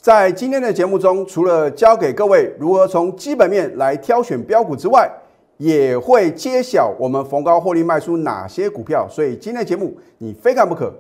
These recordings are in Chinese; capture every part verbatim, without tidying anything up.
在今天的节目中，除了教给各位如何从基本面来挑选标股之外，也会揭晓我们逢高获利卖出哪些股票。所以今天的节目你非看不可。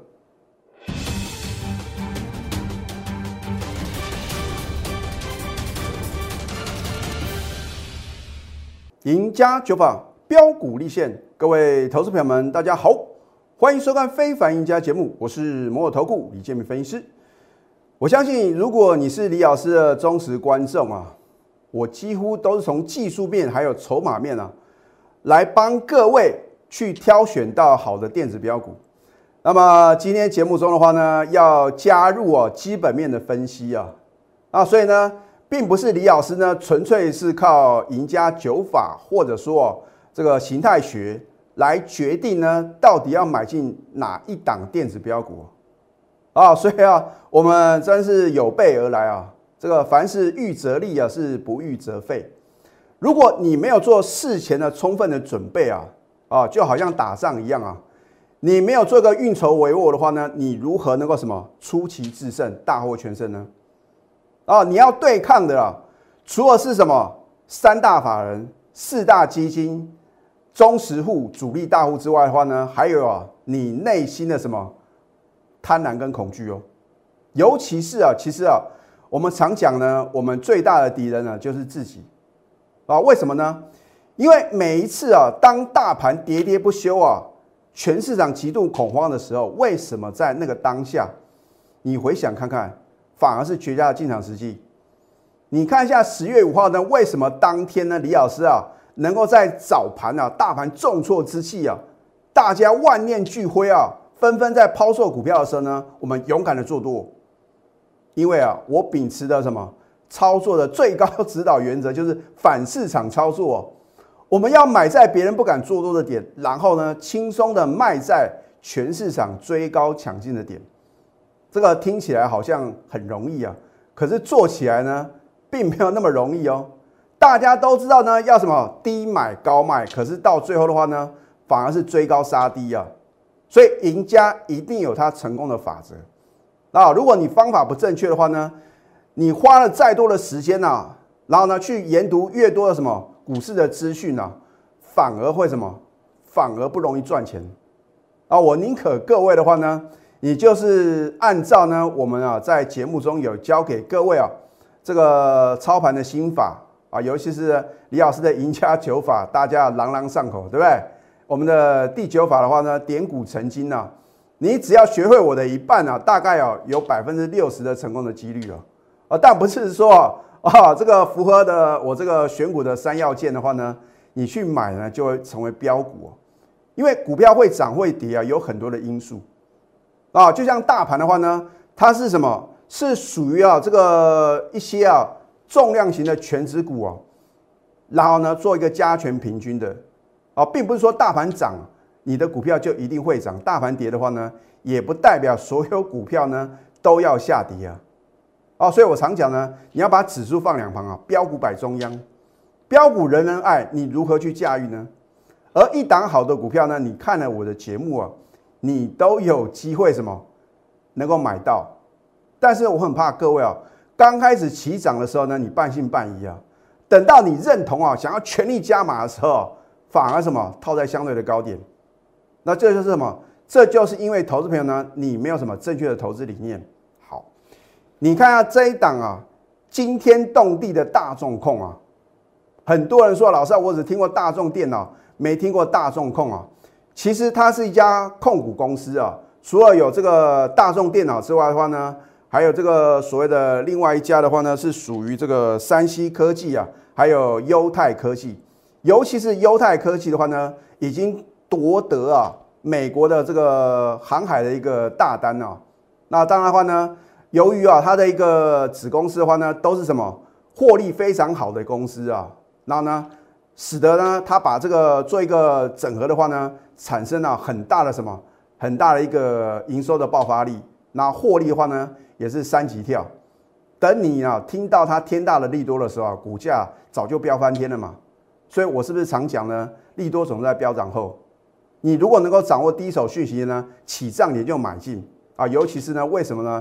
赢家九法标股立现，各位投资朋友们，大家好，欢迎收看《非凡赢家》节目，我是摩尔投顾李建明分析师。我相信，如果你是李老师的忠实观众啊，我几乎都是从技术面还有筹码面啊，来帮各位去挑选到好的电子标股。那么今天节目中的话呢，要加入哦基本面的分析啊，啊，所以呢，并不是李老师呢纯粹是靠赢家九法或者说、哦、这个形态学来决定呢，到底要买进哪一档电子标股。啊，所以啊，我们真是有备而来啊！这个凡是预则立啊，是不预则废。如果你没有做事前的充分的准备啊，啊，就好像打仗一样啊，你没有做个运筹帷幄的话呢，你如何能够什么出奇制胜、大获全胜呢？啊，你要对抗的啊，除了是什么三大法人、四大基金、中实户、主力大户之外的话呢，还有啊，你内心的什么？贪婪跟恐惧哦，尤其是啊，其实啊，我们常讲呢，我们最大的敌人呢就是自己啊。为什么呢？因为每一次啊，当大盘喋喋不休啊，全市场极度恐慌的时候，为什么在那个当下，你回想看看，反而是绝佳的进场时机？你看一下十月五号呢，为什么当天呢，李老师啊，能够在早盘啊，大盘重挫之际啊，大家万念俱灰啊。纷纷在抛售股票的时候呢，我们勇敢的做多，因为啊，我秉持的什么操作的最高指导原则就是反市场操作、哦。我们要买在别人不敢做多的点，然后呢，轻松的卖在全市场追高抢进的点。这个听起来好像很容易啊，可是做起来呢，并没有那么容易哦。大家都知道呢，要什么低买高卖，可是到最后的话呢，反而是追高杀低啊。所以赢家一定有他成功的法则啊！如果你方法不正确的话呢，你花了再多的时间啊，然后呢去研读越多的什么股市的资讯啊，反而会什么？反而不容易赚钱啊！我宁可各位的话呢，你就是按照呢我们啊在节目中有教给各位啊这个操盘的心法啊，尤其是李老师的赢家九法，大家朗朗上口，对不对？我们的第九法的话呢，点股成金啊，你只要学会我的一半啊，大概啊有百分之六十的成功的几率了啊，但不是说啊这个符合的我这个选股的三要件的话呢，你去买呢就会成为标股、哦、因为股票会涨会跌啊，有很多的因素啊，就像大盘的话呢，它是什么？是属于啊这个一些啊重量型的全指股啊，然后呢做一个加权平均的。啊，并不是说大盘涨，你的股票就一定会涨；大盘跌的话呢，也不代表所有股票呢都要下跌啊。啊，所以我常讲呢，你要把指数放两旁啊，标股摆中央，标股人人爱，你如何去驾驭呢？而一档好的股票呢，你看了我的节目啊，你都有机会什么能够买到。但是我很怕各位啊，刚开始起涨的时候呢，你半信半疑啊，等到你认同啊，想要全力加码的时候，反而什么套在相对的高点，那这就是什么？这就是因为投资朋友呢，你没有什么正确的投资理念。好，你看下这一档啊，惊天动地的大众控啊，很多人说老师，我只听过大众电脑，没听过大众控啊。其实它是一家控股公司啊，除了有这个大众电脑之外的话呢，还有这个所谓的另外一家的话呢，是属于这个三星科技啊，还有优泰科技。尤其是优泰科技的话呢，已经夺得啊美国的这个航海的一个大单啊。那当然的话呢，由于啊它的一个子公司的话呢，都是什么获利非常好的公司啊，然后呢，使得呢它把这个做一个整合的话呢，产生了很大的什么很大的一个营收的爆发力。那获利的话呢，也是三级跳。等你啊听到它天大的利多的时候啊，股价早就飙翻天了嘛。所以我是不是常讲呢？利多总在飙涨后，你如果能够掌握第一手讯息呢，起涨点就买进啊！尤其是呢，为什么呢？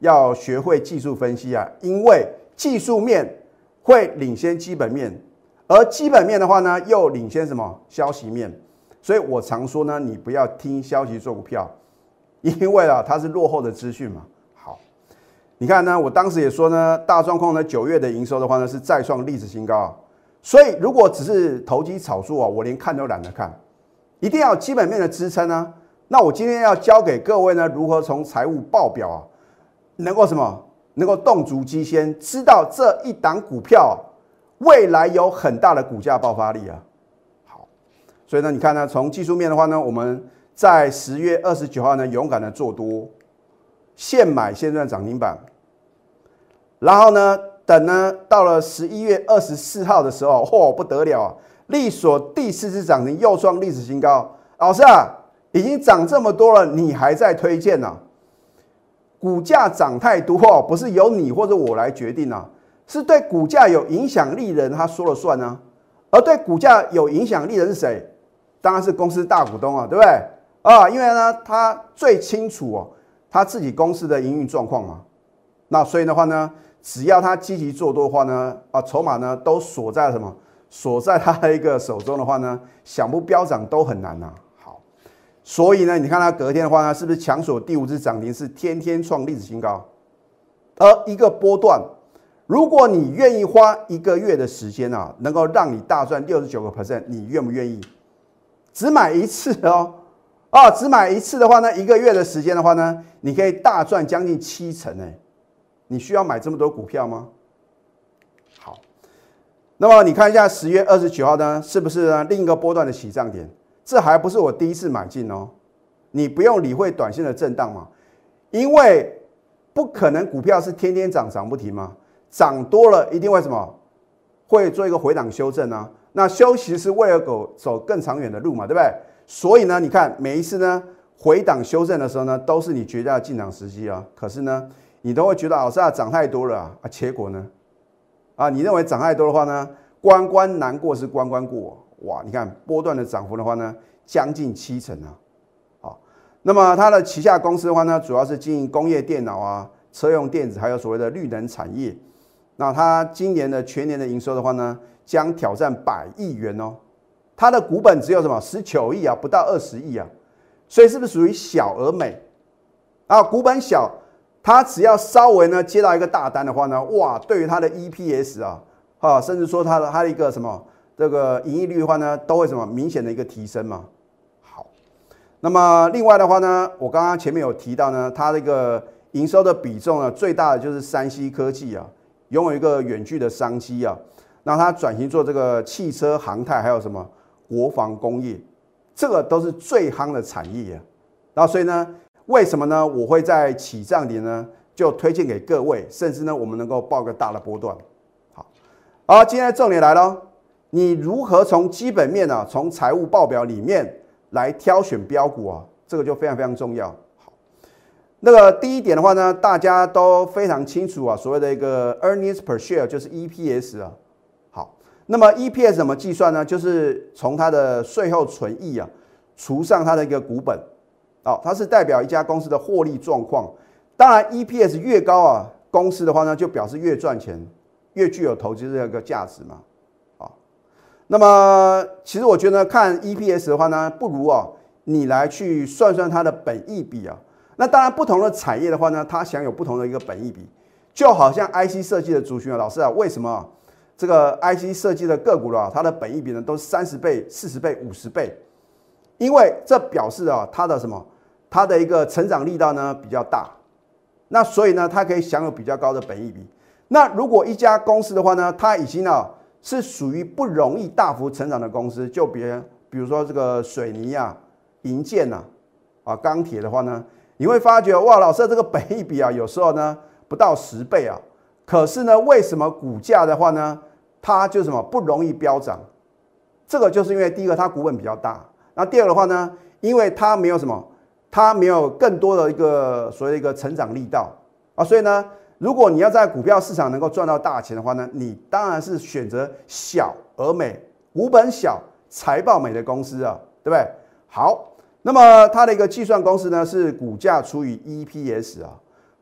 要学会技术分析啊，因为技术面会领先基本面，而基本面的话呢，又领先什么消息面。所以我常说呢，你不要听消息做股票，因为啊，它是落后的资讯嘛。好，你看呢，我当时也说呢，大专控呢九月的营收的话呢是再创历史新高啊。所以如果只是投机炒作啊，我连看都懒得看，一定要有基本面的支撑啊。那我今天要教给各位呢，如何从财务报表啊，能够什么，能够动足机先，知道这一档股票啊，未来有很大的股价爆发力啊。好，所以呢，你看呢，从技术面的话呢，我们在十月二十九号呢，勇敢的做多，现买现赚涨停板，然后呢，等呢到了十一月二十四号的时候，嚯、哦、不得了啊，力所第四次涨停，又创历史新高。老师啊，已经涨这么多了，你还在推荐呢、啊？股价涨太多哦，不是由你或者我来决定啊，是对股价有影响力的人他说了算啊。而对股价有影响力的是谁？当然是公司大股东啊，对不对？啊，因为呢，他最清楚哦，他自己公司的营运状况嘛。那所以的话呢，只要他积极做多的话呢，啊，筹码呢都锁在什么？锁在他的一个手中的话呢，想不飙涨都很难呐、啊。好，所以呢，你看他隔天的话呢，是不是强锁第五只涨停，是天天创历史新高？而一个波段，如果你愿意花一个月的时间啊，能够让你大赚六十九个 percent， 你愿不愿意？只买一次哦，啊，只买一次的话呢，一个月的时间的话呢，你可以大赚将近七成哎，你需要买这么多股票吗？好，那么你看一下十月二十九号呢，是不是呢另一个波段的起涨点？这还不是我第一次买进哦，你不用理会短线的震荡嘛，因为不可能股票是天天涨涨不停嘛，涨多了一定会什么？会做一个回档修正啊。那休息是为了走走更长远的路嘛，对不对？所以呢，你看每一次呢回档修正的时候呢，都是你绝佳的进场时机啊。可是呢，你都会觉得老师啊涨太多了啊，啊结果呢，啊你认为涨太多的话呢，关关难过是关关过，哇！你看波段的涨幅的话呢，将近七成啊。好，那么它的旗下公司的话呢，主要是经营工业电脑啊、车用电子，还有所谓的绿能产业。那它今年的全年的营收的话呢，将挑战百亿元哦。它的股本只有什么十九亿啊，不到二十亿啊，所以是不是属于小而美啊？股本小，它只要稍微呢接到一个大单的话呢，哇，对于它的 E P S 啊，啊，甚至说它的它的一个什么这个盈利率的话呢，都会什么明显的一个提升嘛。好，那么另外的话呢，我刚刚前面有提到呢，它这个营收的比重呢，最大的就是三 C 科技啊。拥有一个远距的商机啊，那它转型做这个汽车、航太，还有什么国防工业，这个都是最夯的产业啊。然后所以呢，为什么呢？我会在起涨点呢，就推荐给各位，甚至呢，我们能够报个大的波段。好，好，今天的重点来了，你如何从基本面啊，从财务报表里面来挑选标股啊，这个就非常非常重要。那个第一点的话呢，大家都非常清楚啊，所谓的一个 earnings per share 就是 E P S 啊。好，那么 E P S 怎么计算呢？就是从它的税后存益啊，除上它的一个股本，哦，它是代表一家公司的获利状况。当然 E P S 越高啊，公司的话呢就表示越赚钱，越具有投资这个价值嘛。啊，那么其实我觉得看 E P S 的话呢，不如啊你来去算算它的本益比啊。那当然，不同的产业的话呢，它享有不同的一个本益比，就好像 I C 设计的族群啊，老师啊，为什么这个 I C 设计的个股啊，它的本益比呢都是三十倍、四十倍、五十倍？因为这表示啊，它的什么，它的一个成长力道呢比较大，那所以呢，它可以享有比较高的本益比。那如果一家公司的话呢，它已经啊是属于不容易大幅成长的公司，就别比如说这个水泥啊、营建啊、啊钢铁的话呢。你会发觉哇，老师这个本益比啊，有时候呢不到十倍啊，可是呢，为什么股价的话呢，它就什么不容易飙涨？这个就是因为第一个它股本比较大，那第二个的话呢，因为它没有什么，它没有更多的一个所谓的一个成长力道啊，所以呢，如果你要在股票市场能够赚到大钱的话呢，你当然是选择小而美、股本小、财报美的公司啊，对不对？好。那么它的一个计算公式呢是股价除以 E P S 啊，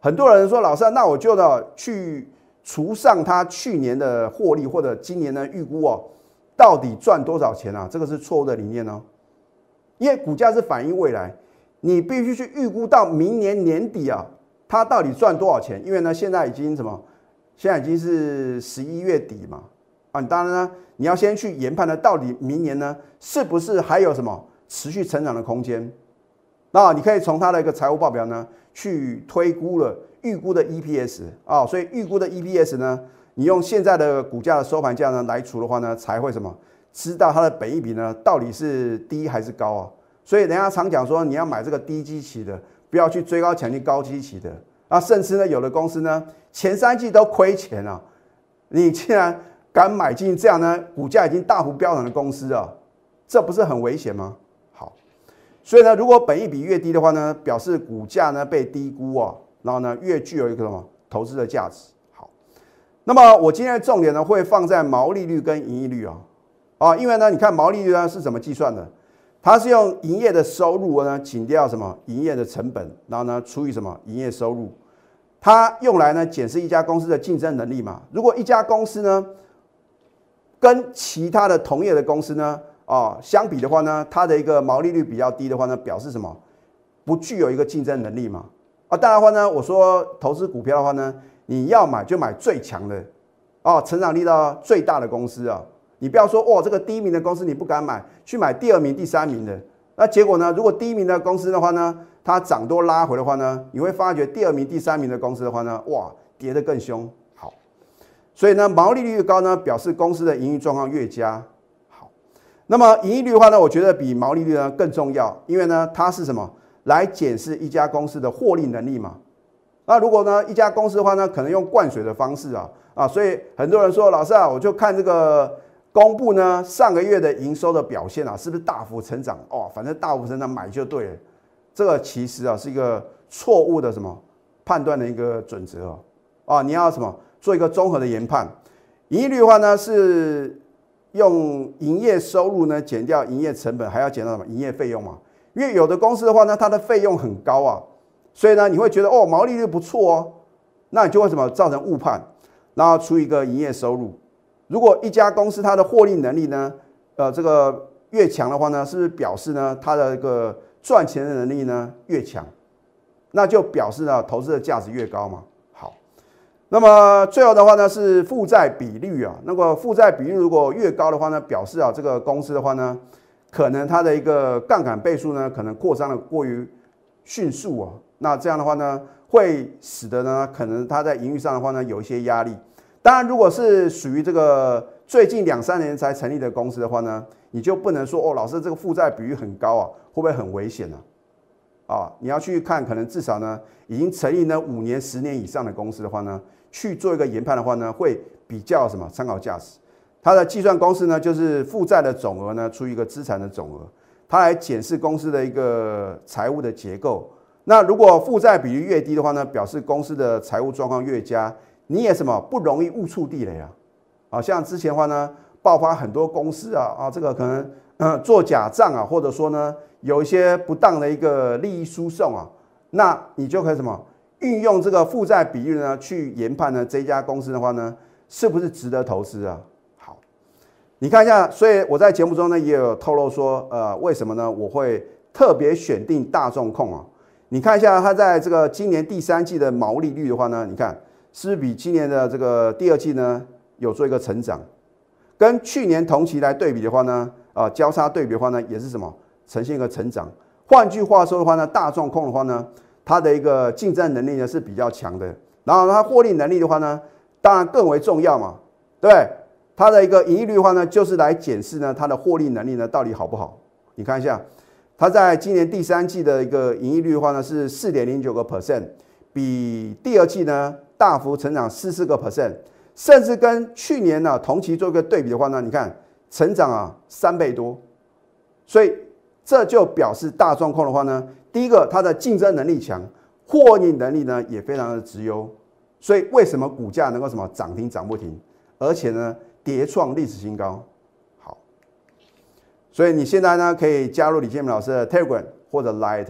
很多人说老师，那我就呢去除上他去年的获利或者今年的预估哦，到底赚多少钱啊？这个是错误的理念哦，因为股价是反映未来，你必须去预估到明年年底啊，它到底赚多少钱？因为呢，现在已经什么？现在已经是十一月底嘛，啊，你当然呢，你要先去研判呢，到底明年呢是不是还有什么持续成长的空间？那你可以从它的一个财务报表呢去推估了预估的 E P S 啊，所以预估的 E P S 呢，你用现在的股价的收盘价呢来除的话呢，才会什么知道它的本益比呢到底是低还是高啊？所以人家常讲说，你要买这个低基期的，不要去追高抢进高基期的。啊，甚至呢，有的公司呢，前三季都亏钱啊，你竟然敢买进这样呢，股价已经大幅飙涨的公司啊，这不是很危险吗？好，所以呢，如果本益比越低的话呢，表示股价呢被低估啊，然后呢，越具有一个什么投资的价值。好，那么我今天的重点呢，会放在毛利率跟盈利率啊，啊，因为呢，你看毛利率呢是怎么计算的？它是用营业的收入呢减掉什么营业的成本，然后呢除以什么营业收入。它用来呢检视一家公司的竞争能力嘛。如果一家公司呢跟其他的同业的公司呢啊相比的话呢，它的一个毛利率比较低的话呢，表示什么？不具有一个竞争能力嘛。啊，当然的话呢，我说投资股票的话呢，你要买就买最强的啊，成长力到最大的公司啊。你不要说哇，这个第一名的公司你不敢买，去买第二名、第三名的。那结果呢？如果第一名的公司的话呢，它涨多拉回的话呢，你会发觉第二名、第三名的公司的话呢，哇，跌得更凶。好，所以呢，毛利率越高呢，表示公司的营运状况越佳。好，那么盈利率的话呢，我觉得比毛利率呢更重要，因为呢，它是什么？来检视一家公司的获利能力嘛。那如果呢，一家公司的话呢，可能用灌水的方式啊啊，所以很多人说，老师啊，我就看这个。公布呢上个月的营收的表现啊，是不是大幅成长？哦，反正大幅成长买就对了。这个其实啊是一个错误的什么判断的一个准则哦。啊，你要什么做一个综合的研判。盈利率的话呢是用营业收入呢减掉营业成本，还要减到什么营业费用嘛？因为有的公司的话呢，它的费用很高啊，所以呢你会觉得哦毛利率不错哦，那你就会什么造成误判，然后除一个营业收入。如果一家公司它的获利能力呢，呃，这个越强的话呢，是不是表示呢它的一个赚钱的能力呢越强？那就表示呢投资的价值越高嘛。好，那么最后的话呢是负债比率啊，那个负债比率如果越高的话呢，表示啊这个公司的话呢，可能它的一个杠杆倍数呢可能扩张的过于迅速啊，那这样的话呢会使得呢可能它在营运上的话呢有一些压力。当然，如果是属于这个最近两三年才成立的公司的话呢，你就不能说哦，老师这个负债比率很高啊，会不会很危险呢？啊，你要去看，可能至少呢已经成立呢五年、十年以上的公司的话呢，去做一个研判的话呢，会比较什么参考价值。它的计算公式呢，就是负债的总额呢除以一个资产的总额，它来检视公司的一个财务的结构。那如果负债比率越低的话呢，表示公司的财务状况越佳。你也什么不容易误触地雷啊？啊，像之前的话呢，爆发很多公司啊啊，这个可能呃做假账啊，或者说呢有一些不当的一个利益输送啊，那你就可以什么运用这个负债比率呢去研判呢这家公司的话呢是不是值得投资啊？好，你看一下，所以我在节目中呢也有透露说，呃，为什么呢？我会特别选定大众控啊？你看一下它在这个今年第三季的毛利率的话呢，你看。是不是比今年的这个第二季呢有做一个成长？跟去年同期来对比的话呢，啊、呃，交叉对比的话呢，也是什么呈现一个成长。换句话说的话呢，大众控的话呢，它的一个竞争能力呢是比较强的，然后它获利能力的话呢，当然更为重要嘛，对不对？它的一个盈利率的话呢，就是来检视呢它的获利能力呢到底好不好。你看一下，它在今年第三季的一个盈利率的话呢是 四点零九个 percent， 比第二季呢。大幅成长四十四个 percent， 甚至跟去年呢、啊、同期做一个对比的话呢，你看成长啊三倍多，所以这就表示大众控的话呢，第一个它的竞争能力强，获利能力呢也非常的直优，所以为什么股价能够什么涨停涨不停，而且呢跌创历史新高？好，所以你现在呢可以加入李建明老师的 Telegram 或者 Line，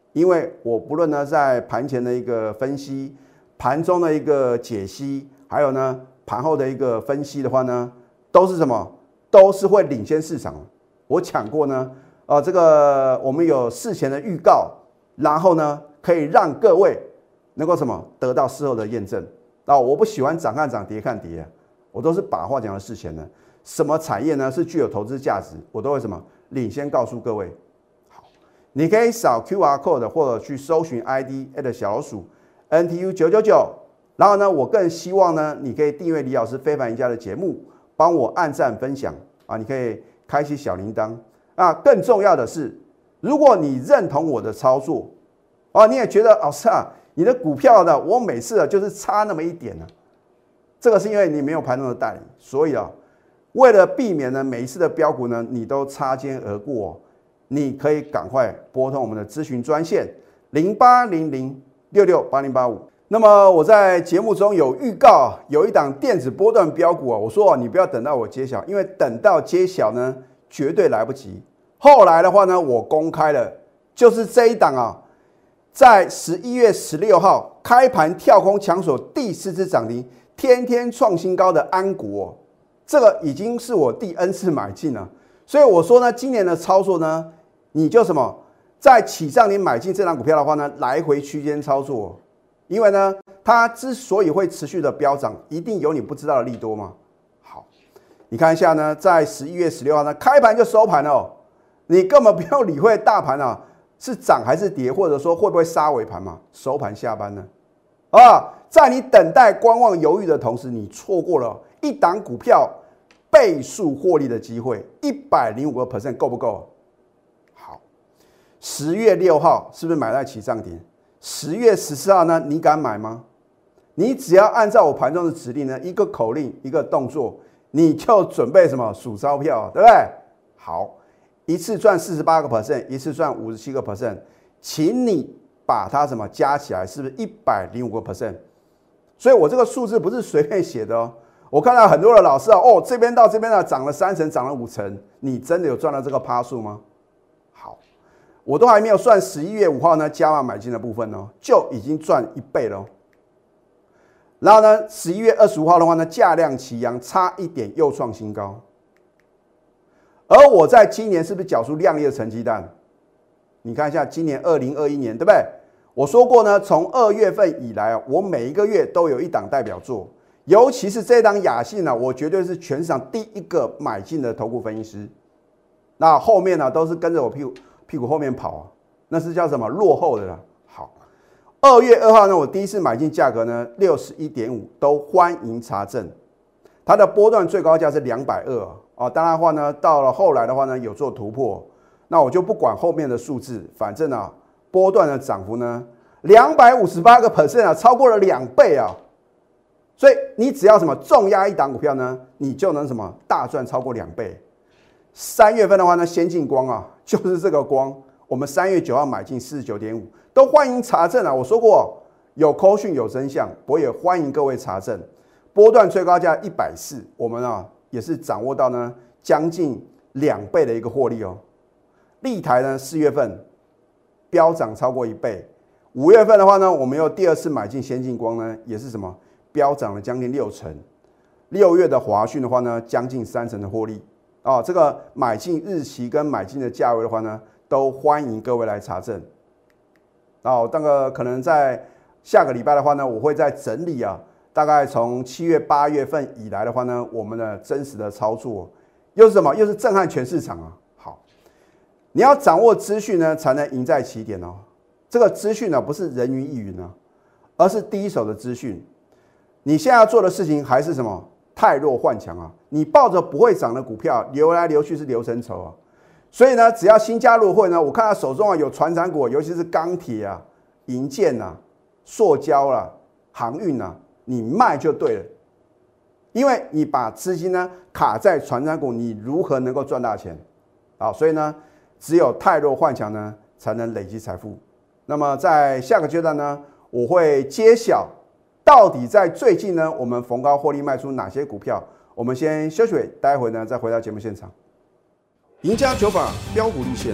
因为我不论呢在盘前的一个分析，盘中的一个解析，还有呢盘后的一个分析的话呢，都是什么？都是会领先市场。我讲过呢，呃，这个我们有事前的预告，然后呢可以让各位能够什么得到事后的验证。啊，我不喜欢涨看涨，跌看跌啊，我都是把话讲的事前的。什么产业呢是具有投资价值，我都会什么领先告诉各位。好，你可以扫 Q R code 或者去搜寻 I D at 小老鼠 N T U 九九九。然后呢，我更希望呢，你可以订阅李老师非凡赢家的节目，帮我按赞分享啊，你可以开启小铃铛啊。更重要的是，如果你认同我的操作啊，你也觉得老师啊，你的股票呢，我每次啊就是差那么一点呢、啊，这个是因为你没有盘中的带领，所以啊，为了避免呢每一次的标股呢你都擦肩而过、哦，你可以赶快拨通我们的咨询专线零八零零六六八零八五。那么我在节目中有预告，有一档电子波段标股啊，我说啊，你不要等到我揭晓，因为等到揭晓呢，绝对来不及。后来的话呢，我公开了，就是这一档啊，在十一月十六号开盘跳空抢锁第四次涨停，天天创新高的安国、哦，这个已经是我第 N 次买进了。所以我说呢，今年的操作呢，你就什么，在起涨你买进这档股票的话呢，来回区间操作、哦。因为呢，它之所以会持续的飙涨，一定有你不知道的利多嘛。好，你看一下呢，在十一月十六号呢，开盘就收盘了、哦，你根本不用理会大盘啊是涨还是跌，或者说会不会杀尾盘嘛，收盘下班呢。啊，在你等待、观望、犹豫的同时，你错过了一档股票倍数获利的机会，一百零五个 percent 够不够？好，十月六号是不是买在起涨点？十月十四号呢，你敢买吗？你只要按照我盘中的指令呢，一个口令，一个动作，你就准备什么数钞票，对不对？好，一次赚四十八个 percent， 一次赚五十七个 percent， 请你把它什么加起来，是不是一百零五个 percent？ 所以我这个数字不是随便写的哦。我看到很多的老师啊，哦，这边到这边呢涨了三成，涨了五成，你真的有赚到这个趴数吗？好。我都还没有算十一月五号呢加码买进的部分哦，就已经赚一倍了、哦。然后呢，十一月二十五号的话呢，价量齐扬，差一点又创新高。而我在今年是不是缴出亮丽的成绩单？你看一下，今年二零二一年，对不对？我说过呢，从二月份以来啊，我每一个月都有一档代表作，尤其是这档雅信呢、啊，我绝对是全市场第一个买进的投顾分析师。那后面呢、啊，都是跟着我屁股。屁股后面跑啊，那是叫什么落后的啦。好，二月二号呢，我第一次买进价格呢六十一点五，都欢迎查证。它的波段最高价是两百二十啊，当然的话呢，到了后来的话呢，有做突破，那我就不管后面的数字，反正啊，波段的涨幅呢两百五十八个 percent 啊，超过了两倍啊。所以你只要什么重压一档股票呢，你就能什么大赚超过两倍。三月份的话呢，先进光啊，就是这个光，我们三月九号买进四十九点五，都欢迎查证啊。我说过有扣讯有真相，我也欢迎各位查证。波段最高价一百四十，我们啊也是掌握到呢将近两倍的一个获利哦。立台呢四月份飙涨超过一倍，五月份的话呢，我们又第二次买进先进光呢，也是什么飙涨了将近六成。六月的华讯的话呢，将近三成的获利。哦，这个买进日期跟买进的价位的话呢，都欢迎各位来查证。哦，那个可能在下个礼拜的话呢，我会再整理啊，大概从七月八月份以来的话呢，我们的真实的操作又是什么？又是震撼全市场啊！好，你要掌握资讯呢，才能赢在起点哦。这个资讯呢，不是人云亦云啊，而是第一手的资讯。你现在要做的事情还是什么？汰弱换强啊！你抱着不会涨的股票，流来流去是流程筹啊。所以呢，只要新加入会呢，我看他手中啊有传产股，尤其是钢铁啊、营建啊、塑胶啊、航运啊，你卖就对了。因为你把资金呢卡在传产股，你如何能够赚大钱？啊，所以呢，只有汰弱换强呢，才能累积财富。那么在下个阶段呢，我会揭晓。到底在最近呢，我们逢高获利卖出哪些股票？我们先休息会，待会呢再回到节目现场。赢家九法标股立线，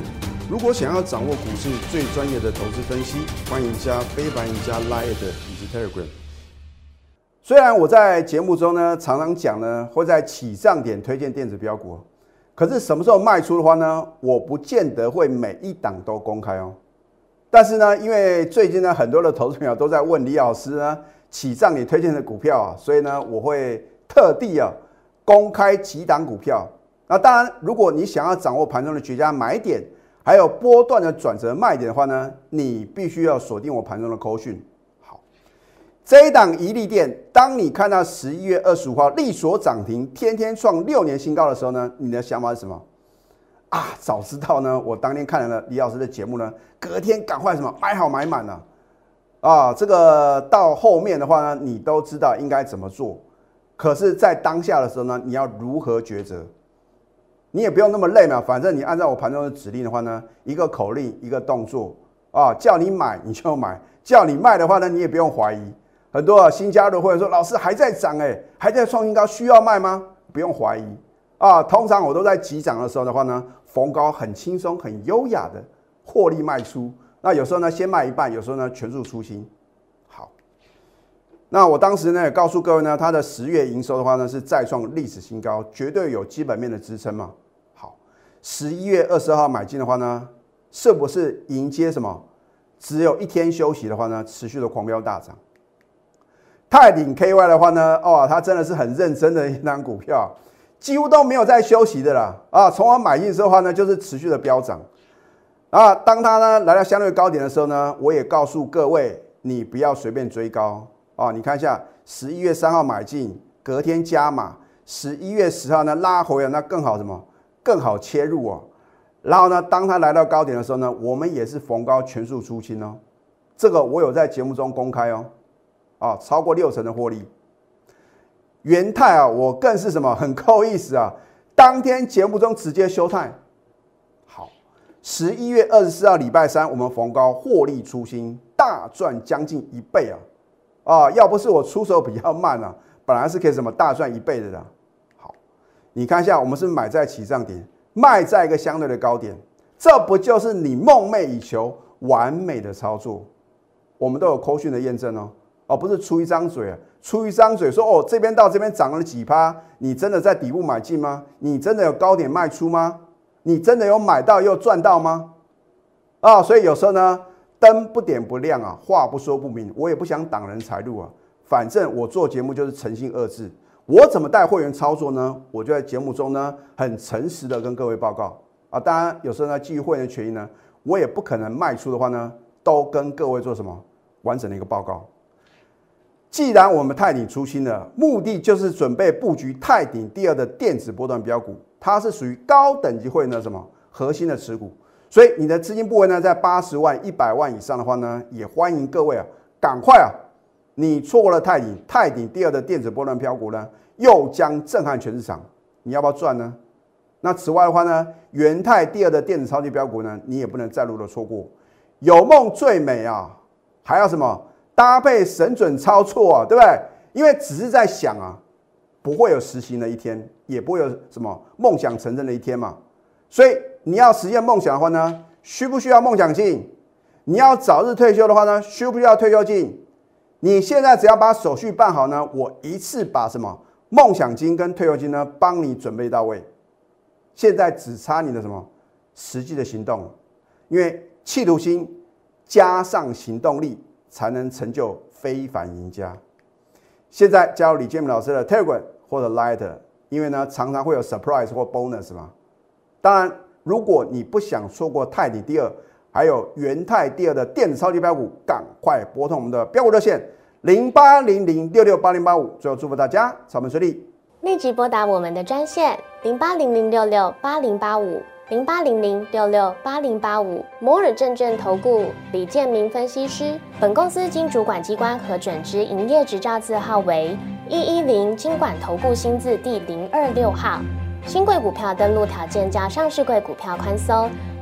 如果想要掌握股市最专业的投资分析，欢迎加非凡、加 Line 以及 Telegram。虽然我在节目中呢常常讲呢会在起涨点推荐电子标股，可是什么时候卖出的话呢，我不见得会每一档都公开哦。但是呢，因为最近呢很多的投资朋友都在问李老师呢起涨点推荐的股票啊，所以呢我会特地啊公开几档股票。那当然，如果你想要掌握盘中的绝佳买点，还有波段的转折卖点的话呢，你必须要锁定我盘中的扣讯。好，这一档怡利电，当你看到十一月二十五号力所涨停，天天创六年新高的时候呢，你的想法是什么？啊，早知道呢，我当天看了李老师的节目呢，隔天赶快什么买好买满了啊！这个到后面的话呢，你都知道应该怎么做。可是，在当下的时候呢，你要如何抉择？你也不用那么累嘛，反正你按照我盘中的指令的话呢，一个口令一个动作啊，叫你买你就买，叫你卖的话呢，你也不用怀疑。很多啊新加入会员说，老师还在涨哎，还在创新高，需要卖吗？不用怀疑啊。通常我都在急涨的时候的话呢，逢高很轻松、很优雅的获利卖出。那有时候呢，先卖一半，有时候呢，全数出清。好，那我当时呢也告诉各位呢，它的十月营收的话呢是再创历史新高，绝对有基本面的支撑嘛。十一月二十二号买进的话呢，是不是迎接什么？只有一天休息的话呢，持续的狂飙大涨。泰鼎 K Y 的话呢，哦，它真的是很认真的一档股票，几乎都没有在休息的啦。啊，从我买进之后的话呢，就是持续的飙涨。啊，当它呢来到相对高点的时候呢，我也告诉各位，你不要随便追高啊。你看一下，十一月三号买进，隔天加码，十一月十号呢拉回了，那更好什么？更好切入哦，然后呢，当它来到高点的时候呢，我们也是逢高全数出清哦，这个我有在节目中公开哦，啊，超过六成的获利。元泰啊，我更是什么很够意思啊，当天节目中直接休泰。好，十一月二十四号礼拜三，我们逢高获利出清，大赚将近一倍啊，啊，要不是我出手比较慢啊，本来是可以什么大赚一倍的啦。你看一下，我们是买在起涨点，卖在一个相对的高点，这不就是你梦寐以求完美的操作？我们都有扣讯的验证哦，哦，不是出一张嘴啊，出一张嘴说哦，这边到这边涨了几趴，你真的在底部买进吗？你真的有高点卖出吗？你真的有买到又赚到吗？啊，所以有时候呢，灯不点不亮啊，话不说不明，我也不想挡人财路啊，反正我做节目就是诚信二字。我怎么带会员操作呢？我就在节目中呢，很诚实的跟各位报告啊。当然，有时候呢，基于会员的权益呢，我也不可能卖出的话呢，都跟各位做什么完整的一个报告。既然我们泰鼎出清了，目的就是准备布局泰鼎第二的电子波段标股，它是属于高等级会员的什么核心的持股。所以你的资金部位呢，在八十万、一百万以上的话呢，也欢迎各位啊，赶快啊！你错过了泰鼎，泰鼎第二的电子波段标股呢，又将震撼全市场，你要不要赚呢？那此外的话呢，元泰第二的电子超级标股呢，你也不能再度的错过。有梦最美啊，还要什么搭配神准操作啊，对不对？因为只是在想啊，不会有实行的一天，也不会有什么梦想成真的一天嘛。所以你要实现梦想的话呢，需不需要梦想金？你要早日退休的话呢，需不需要退休金？你现在只要把手续办好呢，我一次把什么梦想金跟退休金呢，帮你准备到位。现在只差你的什么实际的行动，因为企图心加上行动力，才能成就非凡赢家。现在加入李建明老师的 Telegram 或者 Line， 因为呢常常会有 surprise 或 bonus 嘛。当然，如果你不想错过泰鼎第二，还有元泰第二的电子超级标股，赶快拨通我们的标股热线零八零零六六八零八五。最后祝福大家操盘顺利， 立即拨打我们的专线零八零零六六八零八五零八零零六六八零八五。摩尔证券投顾李建明分析师。本公司经主管机关核准之营业执照字号为一一零金管投顾新字第零二六号。新贵股票登录条件较上市贵股票宽松。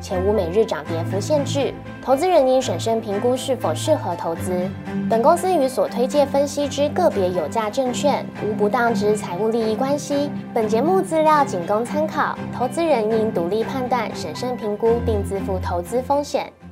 且无每日涨跌幅限制，投资人应审慎评估是否适合投资。本公司与所推介分析之个别有价证券无不当之财务利益关系。本节目资料仅供参考，投资人应独立判断、审慎评估并自负投资风险。